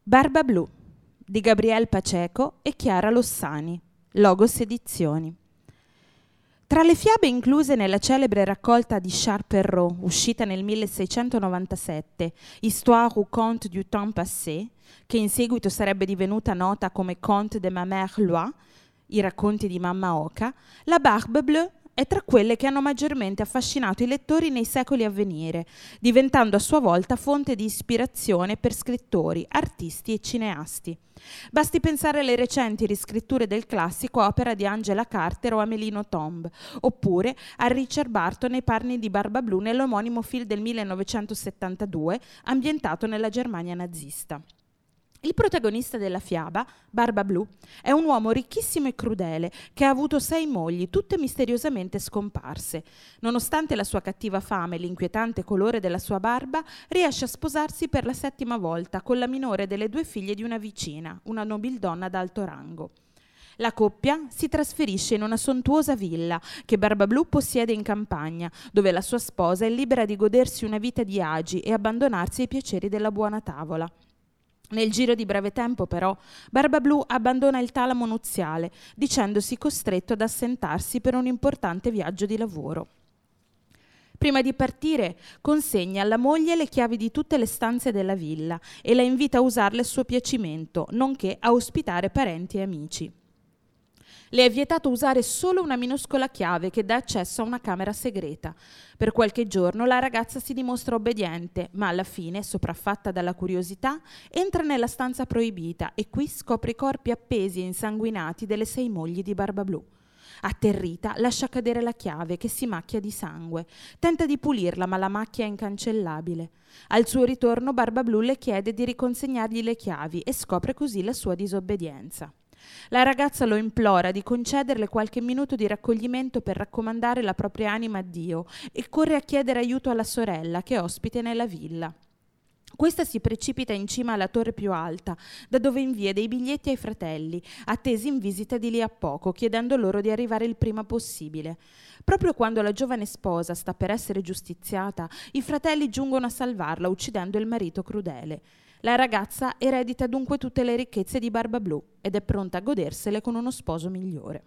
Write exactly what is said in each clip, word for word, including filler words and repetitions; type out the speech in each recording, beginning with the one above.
Barba Blu di Gabriele Pacheco e Chiara Lossani, Logos Edizioni. Tra le fiabe incluse nella celebre raccolta di Charles Perrault, uscita nel milleseicentonovantasette, Histoire ou conte du temps passé, che in seguito sarebbe divenuta nota come Conte de ma mère Loi, i racconti di Mamma Oca, la Barbe Bleue è tra quelle che hanno maggiormente affascinato i lettori nei secoli a venire, diventando a sua volta fonte di ispirazione per scrittori, artisti e cineasti. Basti pensare alle recenti riscritture del classico opera di Angela Carter o Amélie Nothomb, oppure a Richard Burton nei panni di Barba Blu nell'omonimo film del millenovecentosettantadue, ambientato nella Germania nazista. Il protagonista della fiaba, Barba Blu, è un uomo ricchissimo e crudele che ha avuto sei mogli, tutte misteriosamente scomparse. Nonostante la sua cattiva fame e l'inquietante colore della sua barba, riesce a sposarsi per la settima volta con la minore delle due figlie di una vicina, una nobildonna d'alto rango. La coppia si trasferisce in una sontuosa villa che Barba Blu possiede in campagna, dove la sua sposa è libera di godersi una vita di agi e abbandonarsi ai piaceri della buona tavola. Nel giro di breve tempo, però, Barba Blu abbandona il talamo nuziale, dicendosi costretto ad assentarsi per un importante viaggio di lavoro. Prima di partire, consegna alla moglie le chiavi di tutte le stanze della villa e la invita a usarle a suo piacimento, nonché a ospitare parenti e amici. Le è vietato usare solo una minuscola chiave che dà accesso a una camera segreta. Per qualche giorno la ragazza si dimostra obbediente, ma alla fine, sopraffatta dalla curiosità, entra nella stanza proibita e qui scopre i corpi appesi e insanguinati delle sei mogli di Barba Blu. Atterrita, lascia cadere la chiave che si macchia di sangue. Tenta di pulirla, ma la macchia è incancellabile. Al suo ritorno Barba Blu le chiede di riconsegnargli le chiavi e scopre così la sua disobbedienza. La ragazza lo implora di concederle qualche minuto di raccoglimento per raccomandare la propria anima a Dio e corre a chiedere aiuto alla sorella che è ospite nella villa. Questa si precipita in cima alla torre più alta, da dove invia dei biglietti ai fratelli, attesi in visita di lì a poco, chiedendo loro di arrivare il prima possibile. Proprio quando la giovane sposa sta per essere giustiziata, i fratelli giungono a salvarla, uccidendo il marito crudele. La ragazza eredita dunque tutte le ricchezze di Barba Blu ed è pronta a godersele con uno sposo migliore.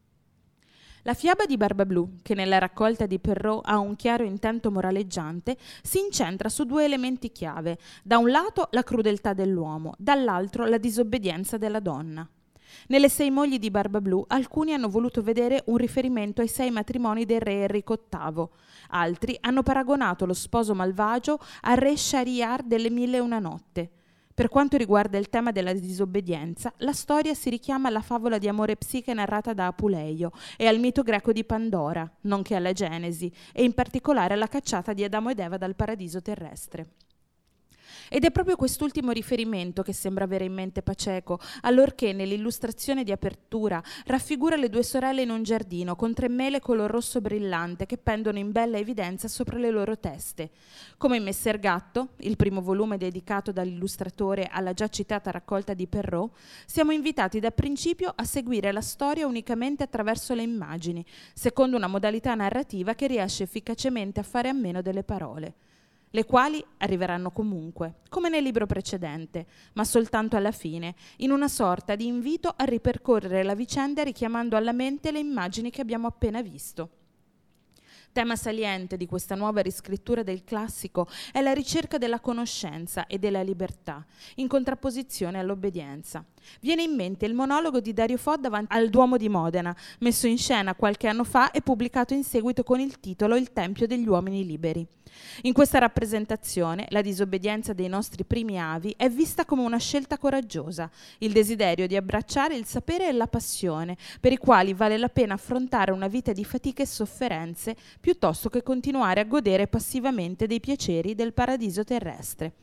La fiaba di Barba Blu, che nella raccolta di Perrault ha un chiaro intento moraleggiante, si incentra su due elementi chiave: da un lato la crudeltà dell'uomo, dall'altro la disobbedienza della donna. Nelle sei mogli di Barba Blu alcuni hanno voluto vedere un riferimento ai sei matrimoni del re Enrico ottavo, altri hanno paragonato lo sposo malvagio al re Shahryar delle Mille e una notte. Per quanto riguarda il tema della disobbedienza, la storia si richiama alla favola di amore psiche narrata da Apuleio e al mito greco di Pandora, nonché alla Genesi, e in particolare alla cacciata di Adamo ed Eva dal paradiso terrestre. Ed è proprio quest'ultimo riferimento che sembra avere in mente Pacheco, allorché nell'illustrazione di apertura raffigura le due sorelle in un giardino con tre mele color rosso brillante che pendono in bella evidenza sopra le loro teste. Come in Messer Gatto, il primo volume dedicato dall'illustratore alla già citata raccolta di Perrault, siamo invitati da principio a seguire la storia unicamente attraverso le immagini, secondo una modalità narrativa che riesce efficacemente a fare a meno delle parole, le quali arriveranno comunque, come nel libro precedente, ma soltanto alla fine, in una sorta di invito a ripercorrere la vicenda richiamando alla mente le immagini che abbiamo appena visto. Tema saliente di questa nuova riscrittura del classico è la ricerca della conoscenza e della libertà, in contrapposizione all'obbedienza. Viene in mente il monologo di Dario Fo davanti al Duomo di Modena, messo in scena qualche anno fa e pubblicato in seguito con il titolo Il Tempio degli Uomini Liberi. In questa rappresentazione, la disobbedienza dei nostri primi avi è vista come una scelta coraggiosa, il desiderio di abbracciare il sapere e la passione, per i quali vale la pena affrontare una vita di fatiche e sofferenze, piuttosto che continuare a godere passivamente dei piaceri del paradiso terrestre.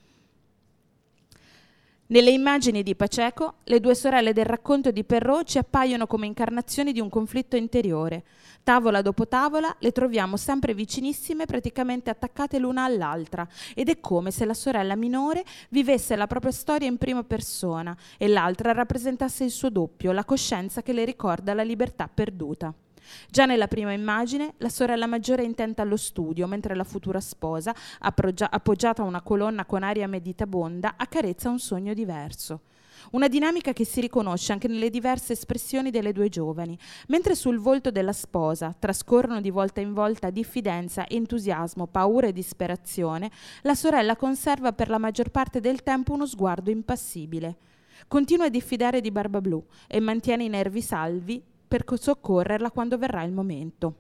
Nelle immagini di Pacheco, le due sorelle del racconto di Perrault ci appaiono come incarnazioni di un conflitto interiore. Tavola dopo tavola le troviamo sempre vicinissime, praticamente attaccate l'una all'altra, ed è come se la sorella minore vivesse la propria storia in prima persona e l'altra rappresentasse il suo doppio, la coscienza che le ricorda la libertà perduta. Già nella prima immagine, la sorella maggiore è intenta allo studio, mentre la futura sposa, appoggia- appoggiata a una colonna con aria meditabonda, accarezza un sogno diverso. Una dinamica che si riconosce anche nelle diverse espressioni delle due giovani. Mentre sul volto della sposa trascorrono di volta in volta diffidenza, entusiasmo, paura e disperazione, la sorella conserva per la maggior parte del tempo uno sguardo impassibile. Continua a diffidare di Barbablù e mantiene i nervi salvi per soccorrerla quando verrà il momento.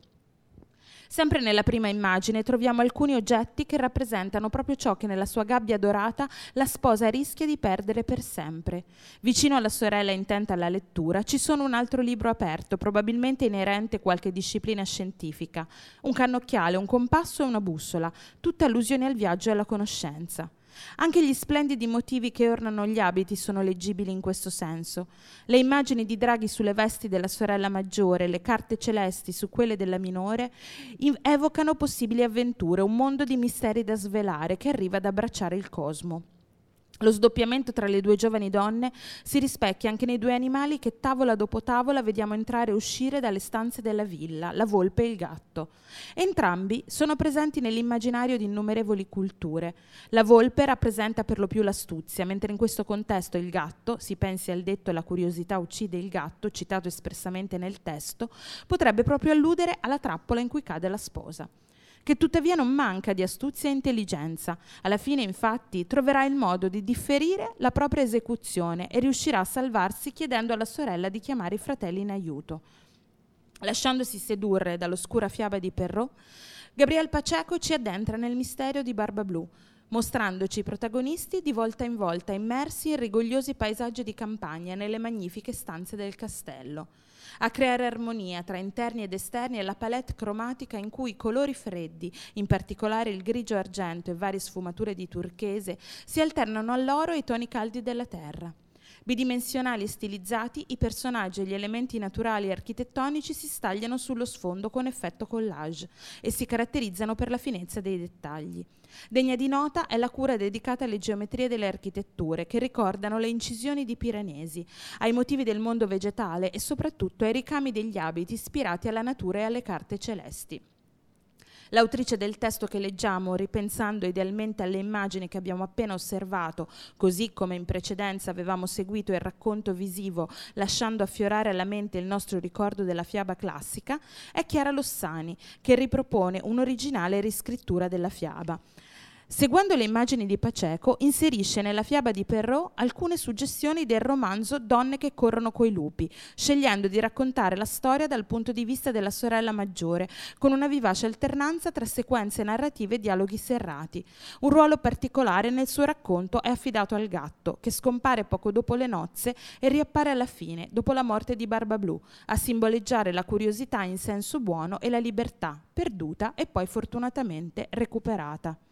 Sempre nella prima immagine troviamo alcuni oggetti che rappresentano proprio ciò che nella sua gabbia dorata la sposa rischia di perdere per sempre. Vicino alla sorella intenta alla lettura ci sono un altro libro aperto, probabilmente inerente a qualche disciplina scientifica, un cannocchiale, un compasso e una bussola, tutte allusioni al viaggio e alla conoscenza. Anche gli splendidi motivi che ornano gli abiti sono leggibili in questo senso. Le immagini di draghi sulle vesti della sorella maggiore, le carte celesti su quelle della minore, evocano possibili avventure, un mondo di misteri da svelare che arriva ad abbracciare il cosmo. Lo sdoppiamento tra le due giovani donne si rispecchia anche nei due animali che tavola dopo tavola vediamo entrare e uscire dalle stanze della villa, la volpe e il gatto. Entrambi sono presenti nell'immaginario di innumerevoli culture. La volpe rappresenta per lo più l'astuzia, mentre in questo contesto il gatto, si pensi al detto «la curiosità uccide il gatto», citato espressamente nel testo, potrebbe proprio alludere alla trappola in cui cade la sposa, che tuttavia non manca di astuzia e intelligenza. Alla fine, infatti, troverà il modo di differire la propria esecuzione e riuscirà a salvarsi chiedendo alla sorella di chiamare i fratelli in aiuto. Lasciandosi sedurre dall'oscura fiaba di Perrault, Gabriel Pacheco ci addentra nel misterio di Barbablù, mostrandoci i protagonisti di volta in volta immersi in rigogliosi paesaggi di campagna nelle magnifiche stanze del castello. A creare armonia tra interni ed esterni è la palette cromatica in cui i colori freddi, in particolare il grigio argento e varie sfumature di turchese, si alternano all'oro e ai toni caldi della terra. Bidimensionali e stilizzati, i personaggi e gli elementi naturali e architettonici si stagliano sullo sfondo con effetto collage e si caratterizzano per la finezza dei dettagli. Degna di nota è la cura dedicata alle geometrie delle architetture che ricordano le incisioni di Piranesi, ai motivi del mondo vegetale e soprattutto ai ricami degli abiti ispirati alla natura e alle carte celesti. L'autrice del testo che leggiamo, ripensando idealmente alle immagini che abbiamo appena osservato, così come in precedenza avevamo seguito il racconto visivo, lasciando affiorare alla mente il nostro ricordo della fiaba classica, è Chiara Lossani, che ripropone un'originale riscrittura della fiaba. Seguendo le immagini di Pacheco, inserisce nella fiaba di Perrault alcune suggestioni del romanzo Donne che corrono coi lupi, scegliendo di raccontare la storia dal punto di vista della sorella maggiore, con una vivace alternanza tra sequenze narrative e dialoghi serrati. Un ruolo particolare nel suo racconto è affidato al gatto, che scompare poco dopo le nozze e riappare alla fine, dopo la morte di Barbablù, a simboleggiare la curiosità in senso buono e la libertà, perduta e poi fortunatamente recuperata.